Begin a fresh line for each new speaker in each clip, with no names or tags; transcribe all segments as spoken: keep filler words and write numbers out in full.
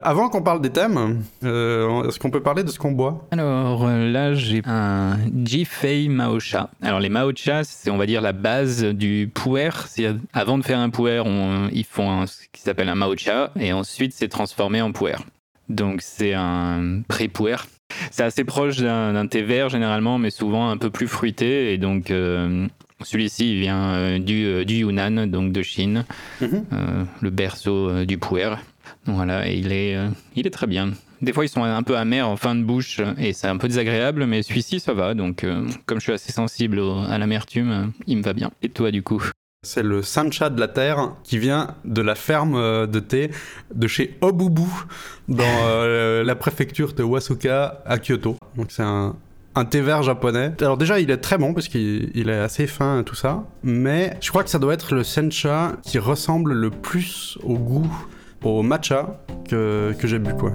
Avant qu'on parle des thèmes, euh, est-ce qu'on peut parler de ce qu'on boit ?
Alors là, j'ai un Jifei Maocha. Alors les Maocha, c'est on va dire la base du pu'er. C'est, avant de faire un pu'er, on, ils font un, ce qui s'appelle un Maocha et ensuite c'est transformé en pu'er. Donc c'est un pré-pu'er. C'est assez proche d'un, d'un thé vert généralement, mais souvent un peu plus fruité. Et donc euh, celui-ci il vient euh, du, euh, du Yunnan, donc de Chine, mm-hmm. euh, le berceau euh, du pu'er. Voilà, et il est, euh, il est très bien. Des fois, ils sont un peu amers en fin de bouche et c'est un peu désagréable, mais celui-ci, ça va. Donc, euh, comme je suis assez sensible au, à l'amertume, euh, il me va bien. Et toi, du coup ?
C'est le Sancha de la Terre qui vient de la ferme de thé de chez Obubu dans euh, la préfecture de Wasuka à Kyoto. Donc, c'est un, un thé vert japonais. Alors, déjà, il est très bon parce qu'il il est assez fin et tout ça. Mais je crois que ça doit être le Sancha qui ressemble le plus au goût au matcha que, que j'ai bu, quoi.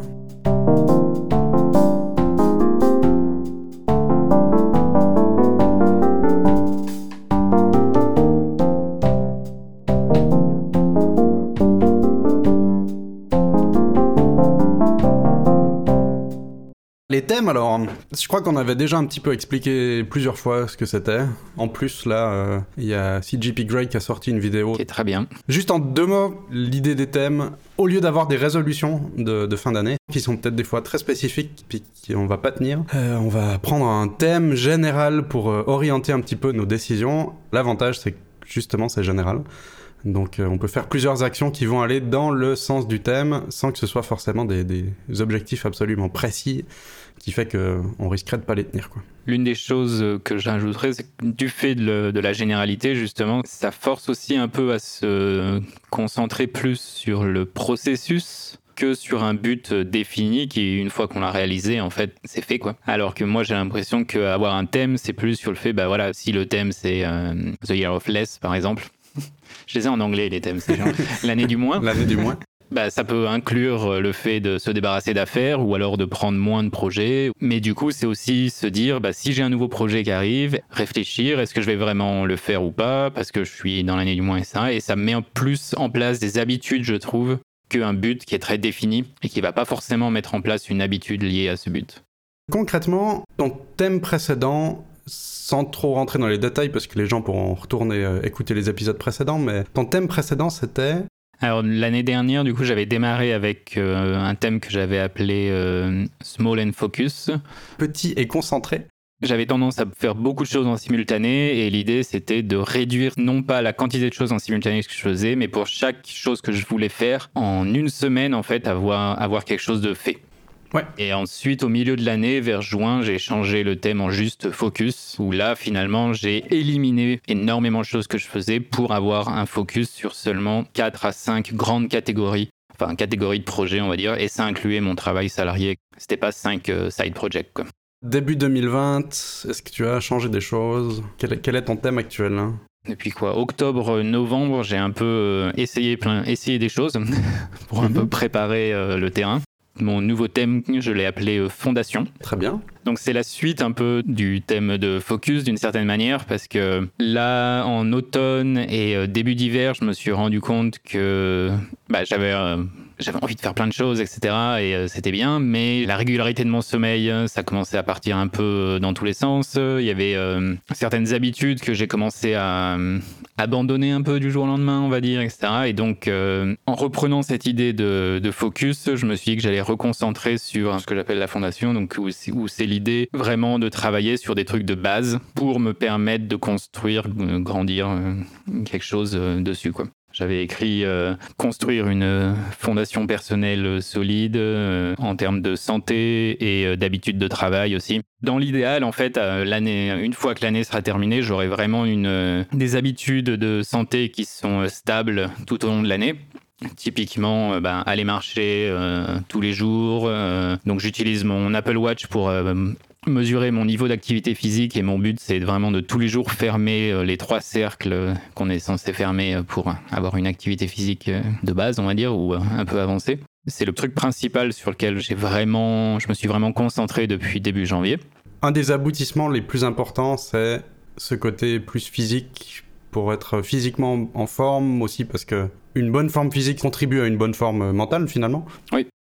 Les thèmes, alors, je crois qu'on avait déjà un petit peu expliqué plusieurs fois ce que c'était. En plus, là, il euh, y a C G P Grey qui a sorti une vidéo.
Qui est très bien.
Juste en deux mots, l'idée des thèmes, au lieu d'avoir des résolutions de, de fin d'année, qui sont peut-être des fois très spécifiques, puis qu'on va pas tenir, euh, on va prendre un thème général pour euh, orienter un petit peu nos décisions. L'avantage, c'est que justement, c'est général. Donc euh, on peut faire plusieurs actions qui vont aller dans le sens du thème sans que ce soit forcément des, des objectifs absolument précis qui fait qu'on risquerait de pas les tenir, quoi.
L'une des choses que j'ajouterais, c'est que du fait de, le, de la généralité, justement, ça force aussi un peu à se concentrer plus sur le processus que sur un but défini qui, une fois qu'on l'a réalisé, en fait, c'est fait, quoi. Alors que moi, j'ai l'impression qu'avoir un thème, c'est plus sur le fait, bah voilà, si le thème, c'est euh, The Year of Less, par exemple. Je les ai en anglais, les thèmes, c'est genre l'année du moins.
L'année du moins.
Bah, ça peut inclure le fait de se débarrasser d'affaires ou alors de prendre moins de projets. Mais du coup, c'est aussi se dire, bah, si j'ai un nouveau projet qui arrive, réfléchir, est-ce que je vais vraiment le faire ou pas, parce que je suis dans l'année du moins et ça. Et ça met en plus en place des habitudes, je trouve, qu'un but qui est très défini et qui va pas forcément mettre en place une habitude liée à ce but.
Concrètement, ton thème précédent, sans trop rentrer dans les détails parce que les gens pourront retourner euh, écouter les épisodes précédents, mais ton thème précédent c'était...
Alors l'année dernière, du coup, j'avais démarré avec euh, un thème que j'avais appelé euh, Small and Focus.
Petit et concentré.
J'avais tendance à faire beaucoup de choses en simultané et l'idée c'était de réduire non pas la quantité de choses en simultané que je faisais, mais pour chaque chose que je voulais faire, en une semaine en fait, avoir, avoir quelque chose de fait.
Ouais.
Et ensuite, au milieu de l'année, vers juin, j'ai changé le thème en juste focus, où là, finalement, j'ai éliminé énormément de choses que je faisais pour avoir un focus sur seulement quatre à cinq grandes catégories, enfin, catégories de projets, on va dire, et ça incluait mon travail salarié. C'était pas cinq euh, side projects, quoi.
Début deux mille vingt, est-ce que tu as changé des choses ? Quel, quel est ton thème actuel, hein ?
Depuis quoi ? Octobre, novembre, j'ai un peu euh, essayé, plein, essayé des choses pour un mm-hmm. peu préparer euh, le terrain. Mon nouveau thème, je l'ai appelé euh, Fondation.
Très bien.
Donc c'est la suite un peu du thème de Focus d'une certaine manière parce que là, en automne et euh, début d'hiver, je me suis rendu compte que bah, j'avais, euh, j'avais envie de faire plein de choses, et cetera. Et euh, c'était bien, mais la régularité de mon sommeil, ça commençait à partir un peu dans tous les sens. Il y avait euh, certaines habitudes que j'ai commencé à euh, abandonner un peu du jour au lendemain, on va dire, et cetera. Et donc, euh, en reprenant cette idée de, de Focus, je me suis dit que j'allais reconcentrer sur ce que j'appelle la fondation, donc où, où c'est l'idée vraiment de travailler sur des trucs de base pour me permettre de construire, euh, grandir euh, quelque chose euh, dessus, quoi. J'avais écrit euh, construire une fondation personnelle solide euh, en termes de santé et euh, d'habitudes de travail aussi. Dans l'idéal, en fait, euh, l'année, une fois que l'année sera terminée, j'aurai vraiment une, euh, des habitudes de santé qui sont stables tout au long de l'année. Typiquement, euh, ben, aller marcher euh, tous les jours. Euh, donc, j'utilise mon Apple Watch pour euh, mesurer mon niveau d'activité physique et mon but, c'est vraiment de tous les jours fermer euh, les trois cercles qu'on est censé fermer pour avoir une activité physique de base, on va dire, ou euh, un peu avancée. C'est le truc principal sur lequel j'ai vraiment, je me suis vraiment concentré depuis début janvier.
Un des aboutissements les plus importants, c'est ce côté plus physique pour être physiquement en forme aussi, parce que une bonne forme physique contribue à une bonne forme mentale finalement.
Oui,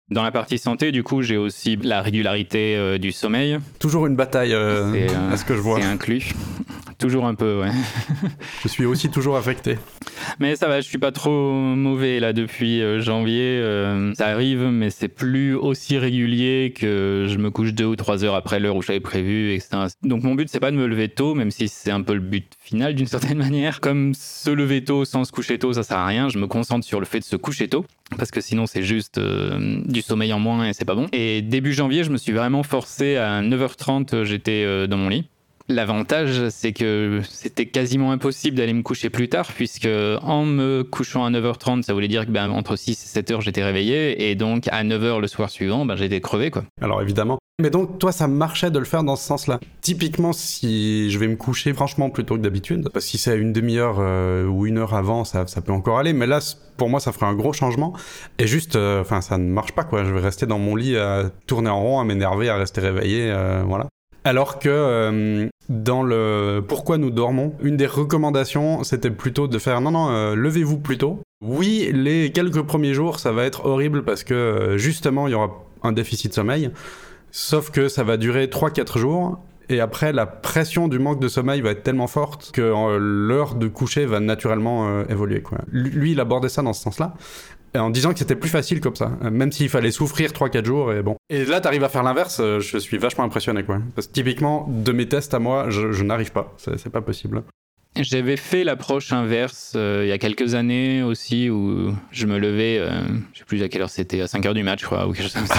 Dans la partie santé, du coup, j'ai aussi la régularité euh, du sommeil.
Toujours une bataille, euh, euh, à ce que je vois.
C'est inclus. Toujours un peu, ouais.
Je suis aussi toujours affecté.
Mais ça va, je suis pas trop mauvais là depuis euh, janvier. Euh, ça arrive, mais c'est plus aussi régulier que je me couche deux ou trois heures après l'heure où j'avais prévu, et cetera. Donc mon but, c'est pas de me lever tôt, même si c'est un peu le but final d'une certaine manière. Comme se lever tôt sans se coucher tôt, ça sert à rien. Je me concentre sur le fait de se coucher tôt. Parce que sinon c'est juste euh, du sommeil en moins et c'est pas bon. Et début janvier, je me suis vraiment forcé à neuf heures trente, j'étais euh, dans mon lit. L'avantage, c'est que c'était quasiment impossible d'aller me coucher plus tard, puisque en me couchant à neuf heures trente, ça voulait dire que ben, entre six et sept heures, j'étais réveillé, et donc à neuf heures le soir suivant, ben, j'étais crevé, quoi.
Alors évidemment. Mais donc, toi, ça marchait de le faire dans ce sens-là. Typiquement, si je vais me coucher franchement plus tôt que d'habitude, parce que si c'est une demi-heure euh, ou une heure avant, ça, ça peut encore aller, mais là, pour moi, ça ferait un gros changement. Et juste, enfin, euh, ça ne marche pas, quoi. Je vais rester dans mon lit à tourner en rond, à m'énerver, à rester réveillé, euh, voilà. Alors que euh, dans le pourquoi nous dormons, une des recommandations, c'était plutôt de faire non, non, euh, levez-vous plus tôt. Oui, les quelques premiers jours, ça va être horrible parce que euh, justement, il y aura un déficit de sommeil. Sauf que ça va durer trois à quatre jours. Et après, la pression du manque de sommeil va être tellement forte que euh, l'heure de coucher va naturellement euh, évoluer, quoi. Lui, il abordait ça dans ce sens-là, en disant que c'était plus facile comme ça, même s'il fallait souffrir trois à quatre jours, et bon. Et là, t'arrives à faire l'inverse, je suis vachement impressionné, quoi. Parce que typiquement, de mes tests à moi, je, je n'arrive pas, c'est, c'est pas possible.
J'avais fait l'approche inverse euh, il y a quelques années aussi, où je me levais, euh, je sais plus à quelle heure c'était, à cinq heures du mat, je crois, ou quelque chose comme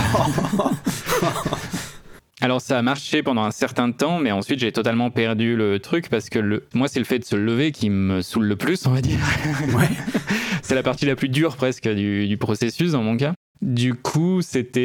ça. Alors ça a marché pendant un certain temps, mais ensuite j'ai totalement perdu le truc, parce que le... moi c'est le fait de se lever qui me saoule le plus, on va dire. Ouais. C'est la partie la plus dure presque du, du processus dans mon cas. Du coup,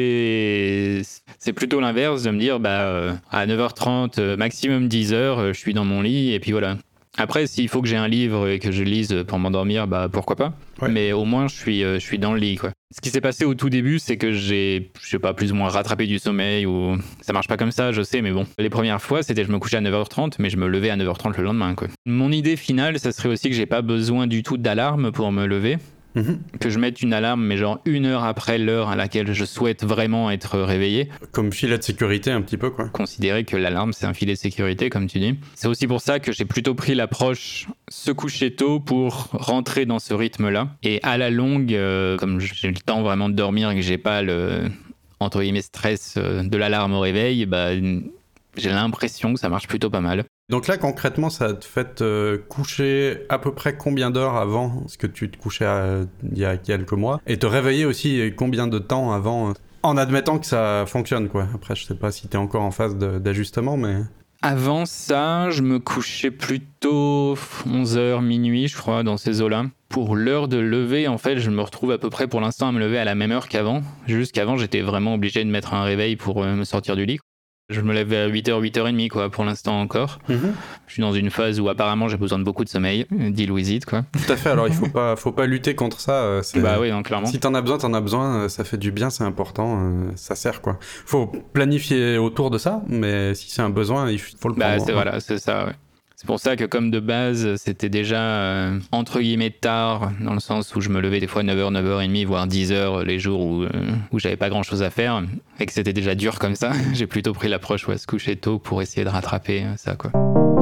c'était c'est plutôt l'inverse de me dire bah euh, à neuf heures trente, euh, maximum dix heures, euh, je suis dans mon lit et puis voilà. Après, s'il faut que j'ai un livre et que je lise pour m'endormir, bah pourquoi pas. Ouais. Mais au moins, je suis, euh, je suis dans le lit, quoi. Ce qui s'est passé au tout début, c'est que j'ai, je sais pas, plus ou moins rattrapé du sommeil, ou ça marche pas comme ça, je sais, mais bon. Les premières fois, c'était je me couchais à neuf heures trente, mais je me levais à neuf heures trente le lendemain, quoi. Mon idée finale, ça serait aussi que j'ai pas besoin du tout d'alarme pour me lever. Mmh. Que je mette une alarme, mais genre une heure après l'heure à laquelle je souhaite vraiment être réveillé.
Comme filet de sécurité un petit peu, quoi.
Considérer que l'alarme c'est un filet de sécurité, comme tu dis. C'est aussi pour ça que j'ai plutôt pris l'approche se coucher tôt pour rentrer dans ce rythme-là. Et à la longue, euh, comme j'ai le temps vraiment de dormir et que j'ai pas le, entre guillemets, stress de l'alarme au réveil, bah, j'ai l'impression que ça marche plutôt pas mal.
Donc là, concrètement, ça te fait te coucher à peu près combien d'heures avant ce que tu te couchais à, il y a quelques mois, et te réveiller aussi combien de temps avant, en admettant que ça fonctionne, quoi. Après, je sais pas si t'es encore en phase de, d'ajustement, mais...
Avant ça, je me couchais plutôt onze heures, minuit, je crois, dans ces eaux-là. Pour l'heure de lever, en fait, je me retrouve à peu près pour l'instant à me lever à la même heure qu'avant. Juste qu'avant, j'étais vraiment obligé de mettre un réveil pour me sortir du lit. Je me lève à huit heures, huit heures trente, quoi, pour l'instant encore. Mmh. Je suis dans une phase où apparemment j'ai besoin de beaucoup de sommeil, dit Louisite, quoi.
Tout à fait, alors il faut pas, faut pas lutter contre ça. C'est...
Bah oui, non, clairement.
Si t'en as besoin, t'en as besoin, ça fait du bien, c'est important, ça sert, quoi. Faut planifier autour de ça, mais si c'est un besoin, il faut le prendre.
Bah c'est, voilà, c'est ça, ouais. C'est pour ça que comme de base, c'était déjà euh, entre guillemets tard, dans le sens où je me levais des fois neuf heures, neuf heures trente, voire dix heures les jours où, euh, où j'avais pas grand chose à faire, et que c'était déjà dur comme ça. J'ai plutôt pris l'approche, ouais, se coucher tôt pour essayer de rattraper ça, quoi.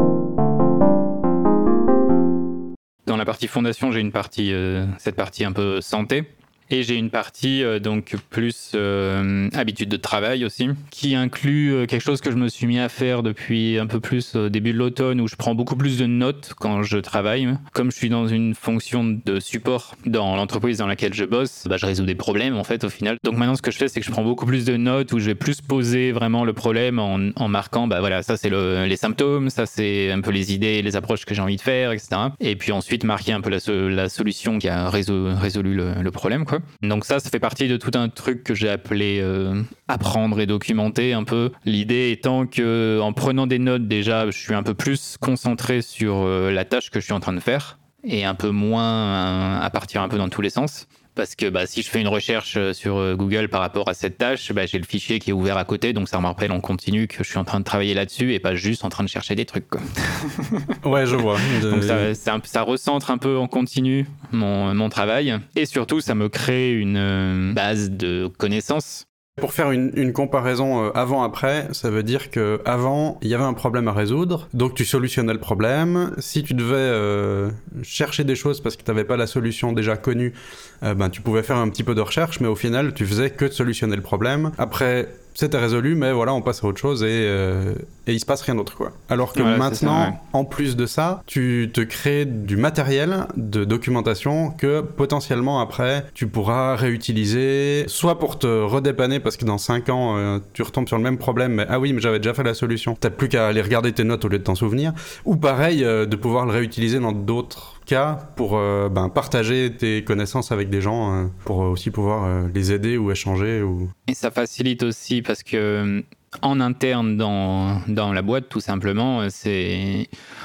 Dans la partie fondation, j'ai une partie, euh, cette partie un peu santé. Et j'ai une partie euh, donc plus euh, habitude de travail aussi, qui inclut euh, quelque chose que je me suis mis à faire depuis un peu plus au début de l'automne, où je prends beaucoup plus de notes quand je travaille. Comme je suis dans une fonction de support dans l'entreprise dans laquelle je bosse, bah, je résous des problèmes en fait au final. Donc maintenant ce que je fais, c'est que je prends beaucoup plus de notes, où je vais plus poser vraiment le problème en, en marquant, bah voilà, ça c'est le, les symptômes, ça c'est un peu les idées, les approches que j'ai envie de faire, et cetera. Et puis ensuite marquer un peu la, la solution qui a résolu, résolu le, le problème, quoi. Donc ça, ça fait partie de tout un truc que j'ai appelé euh, apprendre et documenter un peu. L'idée étant que, en prenant des notes déjà, je suis un peu plus concentré sur euh, la tâche que je suis en train de faire et un peu moins euh, à partir un peu dans tous les sens. Parce que bah, si je fais une recherche sur Google par rapport à cette tâche, bah, j'ai le fichier qui est ouvert à côté, donc ça me rappelle en continu que je suis en train de travailler là-dessus et pas juste en train de chercher des trucs, quoi.
Ouais, je vois. De...
Donc ça, ça, ça recentre un peu en continu mon, mon travail. Et surtout, ça me crée une base de connaissances.
Pour faire une, une comparaison euh, avant-après, ça veut dire qu'avant, il y avait un problème à résoudre, donc tu solutionnais le problème. Si tu devais euh, chercher des choses parce que tu n'avais pas la solution déjà connue, euh, ben, tu pouvais faire un petit peu de recherche, mais au final, tu faisais que de solutionner le problème. Après, c'était résolu, mais voilà, on passe à autre chose et, euh, et il se passe rien d'autre, quoi. Alors que voilà, maintenant, ça, ouais. En plus de ça, tu te crées du matériel de documentation que potentiellement après, tu pourras réutiliser, soit pour te redépanner parce que dans cinq ans, euh, tu retombes sur le même problème, mais ah oui, mais j'avais déjà fait la solution. T'as plus qu'à aller regarder tes notes au lieu de t'en souvenir. Ou pareil, euh, de pouvoir le réutiliser dans d'autres cas pour euh, ben, partager tes connaissances avec des gens, euh, pour aussi pouvoir euh, les aider ou échanger. Ou...
Et ça facilite aussi parce que en interne dans, dans la boîte, tout simplement, c'est...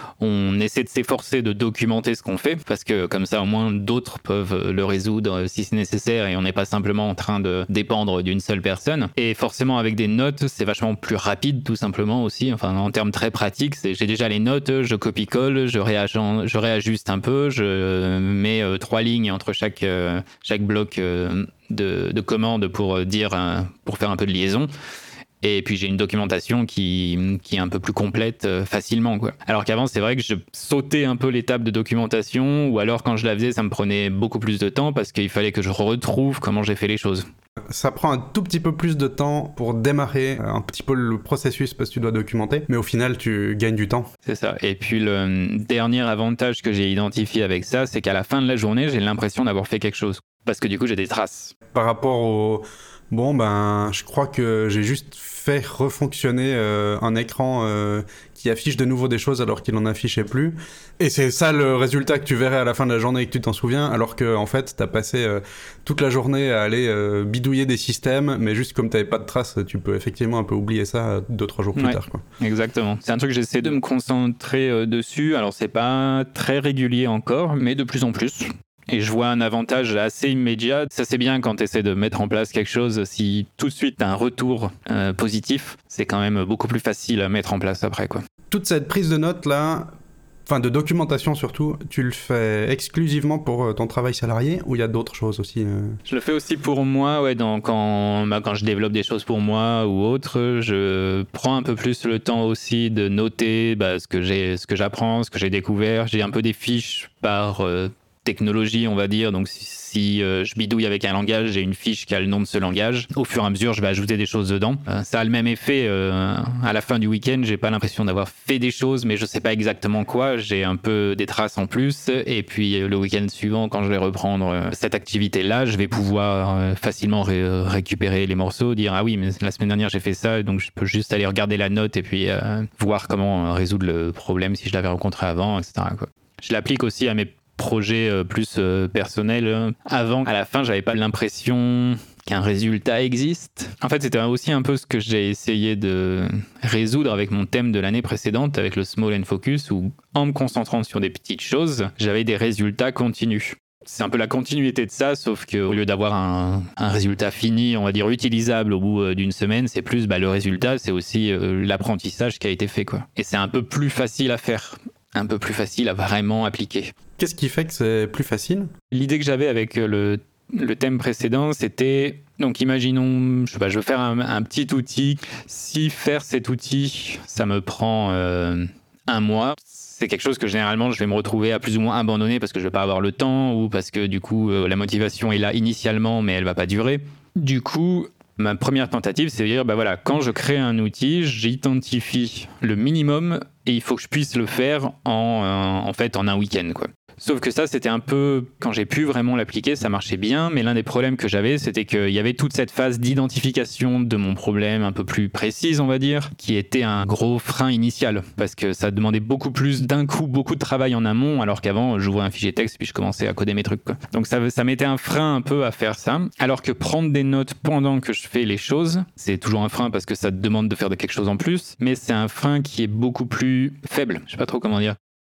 on essaie de s'efforcer de documenter ce qu'on fait parce que comme ça au moins d'autres peuvent le résoudre si c'est nécessaire et on n'est pas simplement en train de dépendre d'une seule personne. Et forcément avec des notes c'est vachement plus rapide tout simplement aussi, enfin en termes très pratiques, c'est, j'ai déjà les notes, je copie-colle, je, réagent, je réajuste un peu, je mets euh, trois lignes entre chaque, euh, chaque bloc euh, de, de commande pour, dire, euh, pour faire un peu de liaison. Et puis j'ai une documentation qui, qui est un peu plus complète euh, facilement, quoi. Alors qu'avant, c'est vrai que je sautais un peu l'étape de documentation, ou alors quand je la faisais, ça me prenait beaucoup plus de temps parce qu'il fallait que je retrouve comment j'ai fait les choses.
Ça prend un tout petit peu plus de temps pour démarrer un petit peu le processus parce que tu dois documenter, mais au final, tu gagnes du temps.
C'est ça. Et puis le dernier avantage que j'ai identifié avec ça, c'est qu'à la fin de la journée, j'ai l'impression d'avoir fait quelque chose. Parce que du coup, j'ai des traces.
Par rapport au... Bon, ben, je crois que j'ai juste fait refonctionner euh, un écran euh, qui affiche de nouveau des choses alors qu'il n'en affichait plus. Et c'est ça le résultat que tu verrais à la fin de la journée et que tu t'en souviens, alors que en fait, t'as passé euh, toute la journée à aller euh, bidouiller des systèmes, mais juste comme t'avais pas de traces, tu peux effectivement un peu oublier ça deux, trois jours plus
ouais,
tard, quoi.
Exactement. C'est un truc que j'essaie de me concentrer euh, dessus. Alors, c'est pas très régulier encore, mais de plus en plus. Et je vois un avantage assez immédiat. Ça, c'est bien quand tu essaies de mettre en place quelque chose. Si tout de suite tu as un retour euh, positif, c'est quand même beaucoup plus facile à mettre en place après, quoi.
Toute cette prise de notes là, enfin de documentation surtout, tu le fais exclusivement pour ton travail salarié ou il y a d'autres choses aussi euh...
Je le fais aussi pour moi, ouais, donc quand, bah, quand je développe des choses pour moi ou autre, je prends un peu plus le temps aussi de noter bah, ce que j'ai, ce que j'apprends, ce que j'ai découvert. J'ai un peu des fiches par... Euh, technologie, on va dire. Donc, si, si euh, je bidouille avec un langage, j'ai une fiche qui a le nom de ce langage. Au fur et à mesure, je vais ajouter des choses dedans. Euh, ça a le même effet. Euh, à la fin du week-end, j'ai pas l'impression d'avoir fait des choses, mais je sais pas exactement quoi. J'ai un peu des traces en plus. Et puis, le week-end suivant, quand je vais reprendre euh, cette activité-là, je vais pouvoir euh, facilement ré- récupérer les morceaux, dire ah oui, mais la semaine dernière, j'ai fait ça. Donc, je peux juste aller regarder la note et puis euh, voir comment résoudre le problème si je l'avais rencontré avant, et cetera, quoi. Je l'applique aussi à mes projet euh, plus euh, personnel. Avant, à la fin, j'avais pas l'impression qu'un résultat existe. En fait, c'était aussi un peu ce que j'ai essayé de résoudre avec mon thème de l'année précédente, avec le Small and Focus, où en me concentrant sur des petites choses, j'avais des résultats continus. C'est un peu la continuité de ça, sauf qu'au lieu d'avoir un, un résultat fini, on va dire utilisable au bout d'une semaine, c'est plus bah, le résultat, c'est aussi euh, l'apprentissage qui a été fait, quoi. Et c'est un peu plus facile à faire, un peu plus facile à vraiment appliquer.
Qu'est-ce qui fait que c'est plus facile ?
L'idée que j'avais avec le, le thème précédent, c'était... Donc imaginons, je sais pas, je veux faire un, un petit outil. Si faire cet outil, ça me prend euh, un mois, c'est quelque chose que généralement je vais me retrouver à plus ou moins abandonner parce que je vais pas avoir le temps ou parce que du coup euh, la motivation est là initialement mais elle va pas durer. Du coup... Ma première tentative, c'est de dire, bah voilà, quand je crée un outil, j'identifie le minimum et il faut que je puisse le faire en, en, en fait, en un week-end, quoi. Sauf que ça, c'était un peu... Quand j'ai pu vraiment l'appliquer, ça marchait bien, mais l'un des problèmes que j'avais, c'était qu'il y avait toute cette phase d'identification de mon problème un peu plus précise, on va dire, qui était un gros frein initial, parce que ça demandait beaucoup plus d'un coup, beaucoup de travail en amont, alors qu'avant, j'ouvrais un fichier texte, puis je commençais à coder mes trucs, quoi. Donc ça, ça mettait un frein un peu à faire ça, alors que prendre des notes pendant que je fais les choses, c'est toujours un frein parce que ça te demande de faire quelque chose en plus, mais c'est un frein qui est beaucoup plus faible, je sais pas trop comment dire.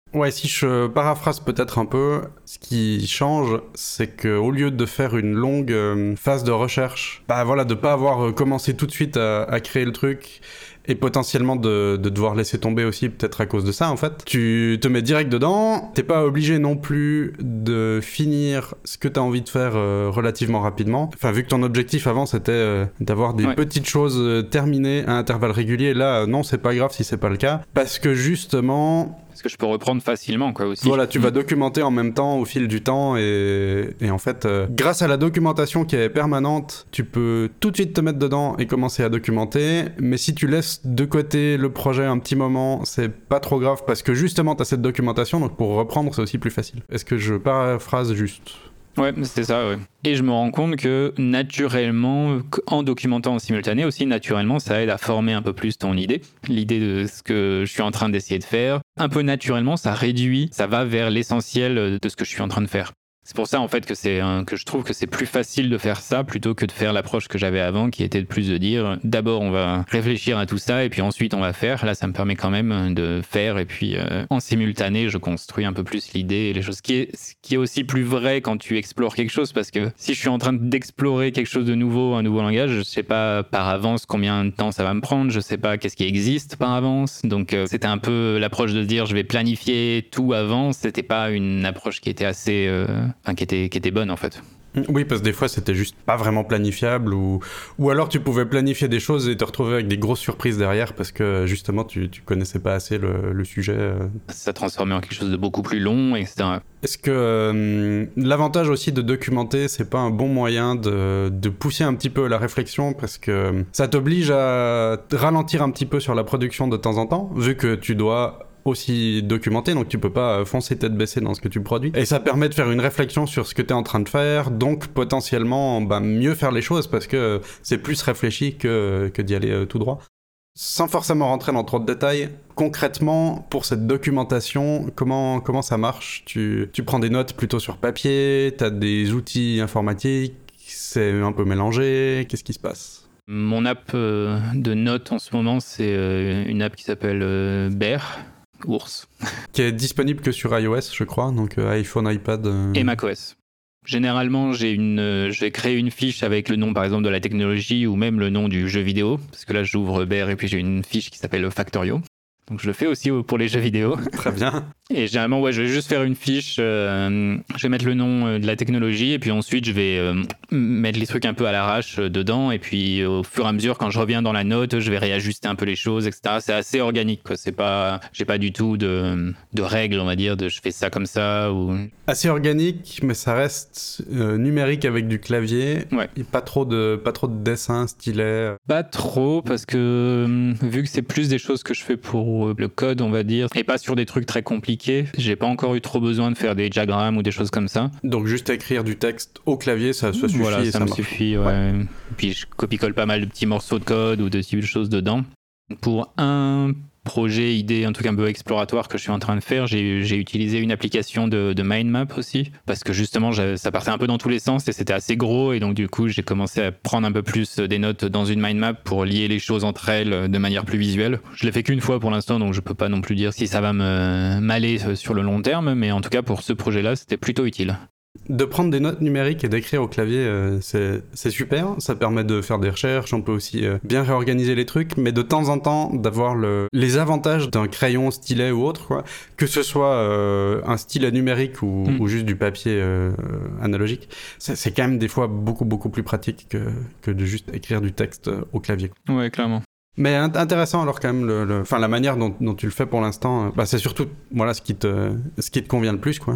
Ouais, si je paraphrase peut-être un peu, ce qui change, c'est qu'au lieu de faire une longue euh, phase de recherche, bah voilà, de pas avoir commencé tout de suite à, à créer le truc et potentiellement de, de devoir laisser tomber aussi, peut-être à cause de ça en fait. Tu te mets direct dedans, t'es pas obligé non plus de finir ce que t'as envie de faire euh, relativement rapidement. Enfin, vu que ton objectif avant c'était euh, d'avoir des ouais. petites choses euh, terminées à intervalles réguliers, là euh, non, c'est pas grave si c'est pas le cas, parce que justement...
Parce que je peux reprendre facilement, quoi, aussi.
Voilà, tu mmh. vas documenter en même temps au fil du temps et, et en fait, euh, grâce à la documentation qui est permanente, tu peux tout de suite te mettre dedans et commencer à documenter. Mais si tu laisses de côté le projet un petit moment, c'est pas trop grave parce que justement, tu as cette documentation, donc pour reprendre, c'est aussi plus facile. Est-ce que je paraphrase juste ?
Ouais, c'est ça, ouais. Et je me rends compte que naturellement, en documentant en simultané aussi, naturellement, ça aide à former un peu plus ton idée, l'idée de ce que je suis en train d'essayer de faire. Un peu naturellement, ça réduit, ça va vers l'essentiel de ce que je suis en train de faire. C'est pour ça en fait que, c'est un, que je trouve que c'est plus facile de faire ça plutôt que de faire l'approche que j'avais avant qui était de plus de dire d'abord on va réfléchir à tout ça et puis ensuite on va faire. Là ça me permet quand même de faire et puis euh, en simultané je construis un peu plus l'idée et les choses. Ce qui est, ce qui est aussi plus vrai quand tu explores quelque chose parce que si je suis en train d'explorer quelque chose de nouveau, un nouveau langage, je sais pas par avance combien de temps ça va me prendre, je sais pas qu'est-ce qui existe par avance. Donc euh, c'était un peu l'approche de dire je vais planifier tout avant, c'était pas une approche qui était assez... Euh, Enfin, qui était, qui était bonne en fait.
Oui, parce que des fois c'était juste pas vraiment planifiable ou, ou alors tu pouvais planifier des choses et te retrouver avec des grosses surprises derrière parce que justement tu, tu connaissais pas assez le, le sujet.
Ça transformait en quelque chose de beaucoup plus long, et cetera.
Est-ce que euh, l'avantage aussi de documenter, c'est pas un bon moyen de, de pousser un petit peu la réflexion parce que ça t'oblige à ralentir un petit peu sur la production de temps en temps, vu que tu dois aussi documenté, donc tu peux pas foncer tête baissée dans ce que tu produis. Et ça permet de faire une réflexion sur ce que tu es en train de faire, donc potentiellement bah, mieux faire les choses parce que c'est plus réfléchi que, que d'y aller euh, tout droit. Sans forcément rentrer dans trop de détails, concrètement, pour cette documentation, comment, comment ça marche ? tu, tu prends des notes plutôt sur papier, tu as des outils informatiques, c'est un peu mélangé, qu'est-ce qui se passe ?
Mon app euh, de notes en ce moment, c'est euh, une app qui s'appelle euh, Bear. Ours.
Qui est disponible que sur iOS, je crois, donc euh, iPhone, iPad... Euh...
Et macOS. Généralement, j'ai une, euh, je vais créer une fiche avec le nom, par exemple, de la technologie ou même le nom du jeu vidéo, parce que là, j'ouvre Bear et puis j'ai une fiche qui s'appelle Factorio. Donc je le fais aussi pour les jeux vidéo.
Très bien.
Et généralement, ouais, je vais juste faire une fiche, euh, je vais mettre le nom de la technologie et puis ensuite je vais euh, mettre les trucs un peu à l'arrache dedans et puis au fur et à mesure, quand je reviens dans la note, je vais réajuster un peu les choses, et cetera. C'est assez organique, quoi. C'est pas, j'ai pas du tout de, de règles, on va dire, de je fais ça comme ça ou...
Assez organique, mais ça reste euh, numérique avec du clavier.
Ouais.
Et pas trop de, pas trop de dessins, stylets.
Pas trop, parce que vu que c'est plus des choses que je fais pour le code, on va dire, et pas sur des trucs très compliqués, j'ai pas encore eu trop besoin de faire des diagrammes ou des choses comme ça.
Donc juste écrire du texte au clavier, ça, ça suffit.
Voilà,
et
ça,
ça
me
marche.
suffit, ouais. ouais. Puis je copie-colle pas mal de petits morceaux de code ou de petites choses dedans. Pour un projet, idée, un truc un peu exploratoire que je suis en train de faire, j'ai, j'ai utilisé une application de, de mind map aussi, parce que justement, ça partait un peu dans tous les sens et c'était assez gros, et donc du coup, j'ai commencé à prendre un peu plus des notes dans une mind map pour lier les choses entre elles de manière plus visuelle. Je l'ai fait qu'une fois pour l'instant, donc je peux pas non plus dire si ça va me m'aller sur le long terme, mais en tout cas, pour ce projet-là, c'était plutôt utile.
De prendre des notes numériques et d'écrire au clavier, euh, c'est, c'est super. Ça permet de faire des recherches, on peut aussi euh, bien réorganiser les trucs, mais de temps en temps, d'avoir le, les avantages d'un crayon, stylet ou autre, quoi. Que ce soit euh, un stylet numérique ou, mmh. ou juste du papier euh, analogique, c'est, c'est quand même des fois beaucoup, beaucoup plus pratique que, que de juste écrire du texte au clavier.
Ouais, clairement.
Mais intéressant alors quand même, le, le, enfin, la manière dont, dont tu le fais pour l'instant, euh, bah, c'est surtout voilà, ce, qui te, ce qui te convient le plus, quoi.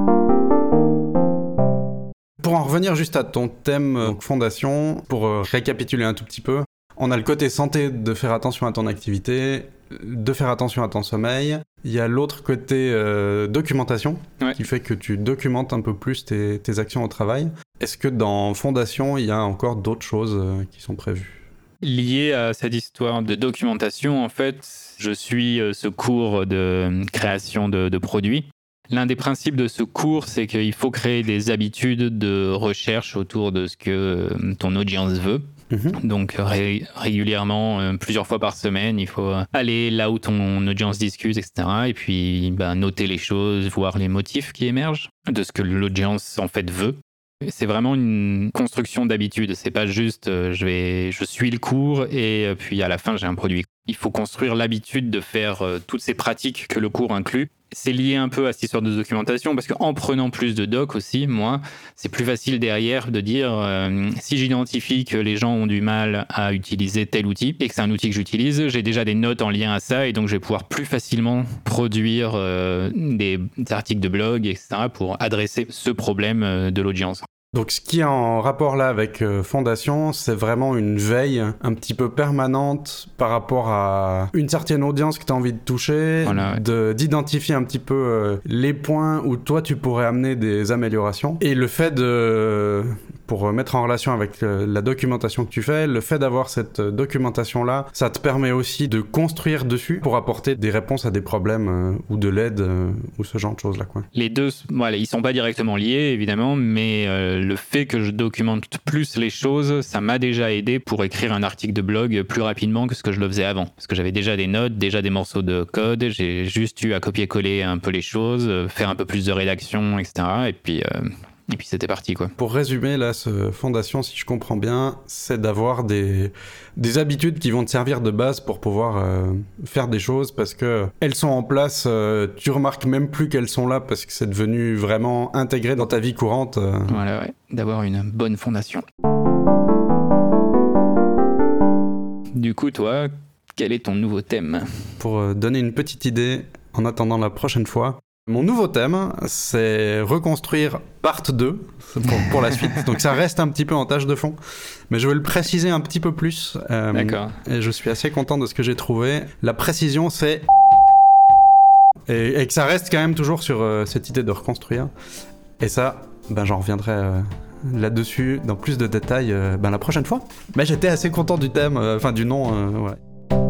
Pour en revenir juste à ton thème donc fondation, pour euh, récapituler un tout petit peu, on a le côté santé de faire attention à ton activité, de faire attention à ton sommeil. Il y a l'autre côté euh, documentation, ouais. qui fait que tu documentes un peu plus tes, tes actions au travail. Est-ce que dans fondation, il y a encore d'autres choses euh, qui sont prévues ?
Lié à cette histoire de documentation, en fait, je suis euh, ce cours de création de, de produits. L'un des principes de ce cours, c'est qu'il faut créer des habitudes de recherche autour de ce que ton audience veut. Mmh. Donc ré- régulièrement, euh, plusieurs fois par semaine, il faut aller là où ton audience discute, et cetera. Et puis bah, noter les choses, voir les motifs qui émergent de ce que l'audience en fait veut. C'est vraiment une construction d'habitude. C'est pas juste euh, je vais, je suis le cours et euh, puis à la fin j'ai un produit. Il faut construire l'habitude de faire euh, toutes ces pratiques que le cours inclut. C'est lié un peu à cette histoire de documentation parce qu'en prenant plus de docs aussi, moi, c'est plus facile derrière de dire euh, si j'identifie que les gens ont du mal à utiliser tel outil et que c'est un outil que j'utilise, j'ai déjà des notes en lien à ça et donc je vais pouvoir plus facilement produire euh, des, des articles de blog, et cetera pour adresser ce problème euh, de l'audience.
Donc ce qui est en rapport là avec euh, Fondation, c'est vraiment une veille un petit peu permanente par rapport à une certaine audience que tu as envie de toucher,
voilà, ouais.
de, d'identifier un petit peu euh, les points où toi tu pourrais amener des améliorations. Et le fait de, pour mettre en relation avec euh, la documentation que tu fais, le fait d'avoir cette euh, documentation là, ça te permet aussi de construire dessus pour apporter des réponses à des problèmes euh, ou de l'aide euh, ou ce genre de choses là, quoi.
Les deux, voilà, ils sont pas directement liés évidemment, mais euh, le fait que je documente plus les choses, ça m'a déjà aidé pour écrire un article de blog plus rapidement que ce que je le faisais avant. Parce que j'avais déjà des notes, déjà des morceaux de code, j'ai juste eu à copier-coller un peu les choses, faire un peu plus de rédaction, et cetera. Et puis... Euh Et puis c'était parti, quoi.
Pour résumer, là, ce Fondation, si je comprends bien, c'est d'avoir des, des habitudes qui vont te servir de base pour pouvoir euh, faire des choses parce que elles sont en place, euh, tu remarques même plus qu'elles sont là parce que c'est devenu vraiment intégré dans ta vie courante. Euh.
Voilà, ouais. D'avoir une bonne fondation. Du coup, toi, quel est ton nouveau thème ?
Pour euh, donner une petite idée, en attendant la prochaine fois, mon nouveau thème, c'est reconstruire part deux pour, pour la suite. Donc ça reste un petit peu en tâche de fond, mais je vais le préciser un petit peu plus. Euh,
D'accord.
Et je suis assez content de ce que j'ai trouvé. La précision, c'est... Et, et que ça reste quand même toujours sur euh, cette idée de reconstruire. Et ça, ben, j'en reviendrai euh, là-dessus dans plus de détails euh, ben, la prochaine fois. Mais j'étais assez content du thème, euh, enfin du nom. Euh, ouais.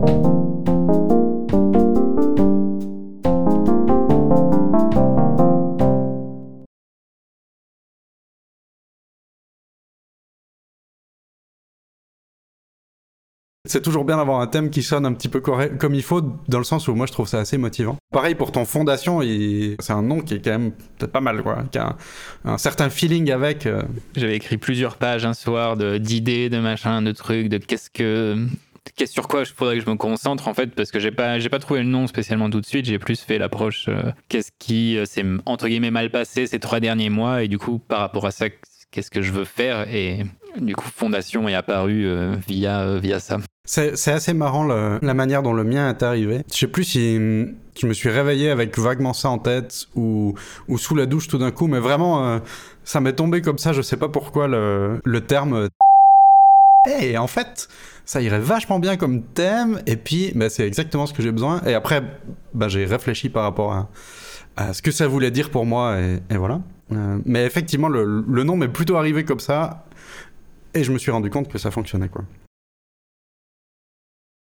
C'est toujours bien d'avoir un thème qui sonne un petit peu correct, comme il faut, dans le sens où moi je trouve ça assez motivant. Pareil pour ton Fondation, il... c'est un nom qui est quand même peut-être pas mal, quoi, qui a un, un certain feeling avec. Euh...
J'avais écrit plusieurs pages un soir de, d'idées, de machin, de trucs, de qu'est-ce que... Qu'est-ce sur quoi il faudrait que je me concentre en fait, parce que j'ai pas, j'ai pas trouvé le nom spécialement tout de suite, j'ai plus fait l'approche euh, qu'est-ce qui euh, s'est entre guillemets mal passé ces trois derniers mois et du coup par rapport à ça, qu'est-ce que je veux faire et du coup Fondation est apparu euh, via, euh, via ça.
C'est, c'est assez marrant le, la manière dont le mien est arrivé. Je sais plus si je me suis réveillé avec vaguement ça en tête ou, ou sous la douche tout d'un coup, mais vraiment euh, ça m'est tombé comme ça, je sais pas pourquoi le, le terme... Et hey, en fait, ça irait vachement bien comme thème, et puis bah, c'est exactement ce que j'ai besoin. Et après, bah, j'ai réfléchi par rapport à, à ce que ça voulait dire pour moi, et, et voilà. Euh, mais effectivement, le, le nom m'est plutôt arrivé comme ça, et je me suis rendu compte que ça fonctionnait, quoi.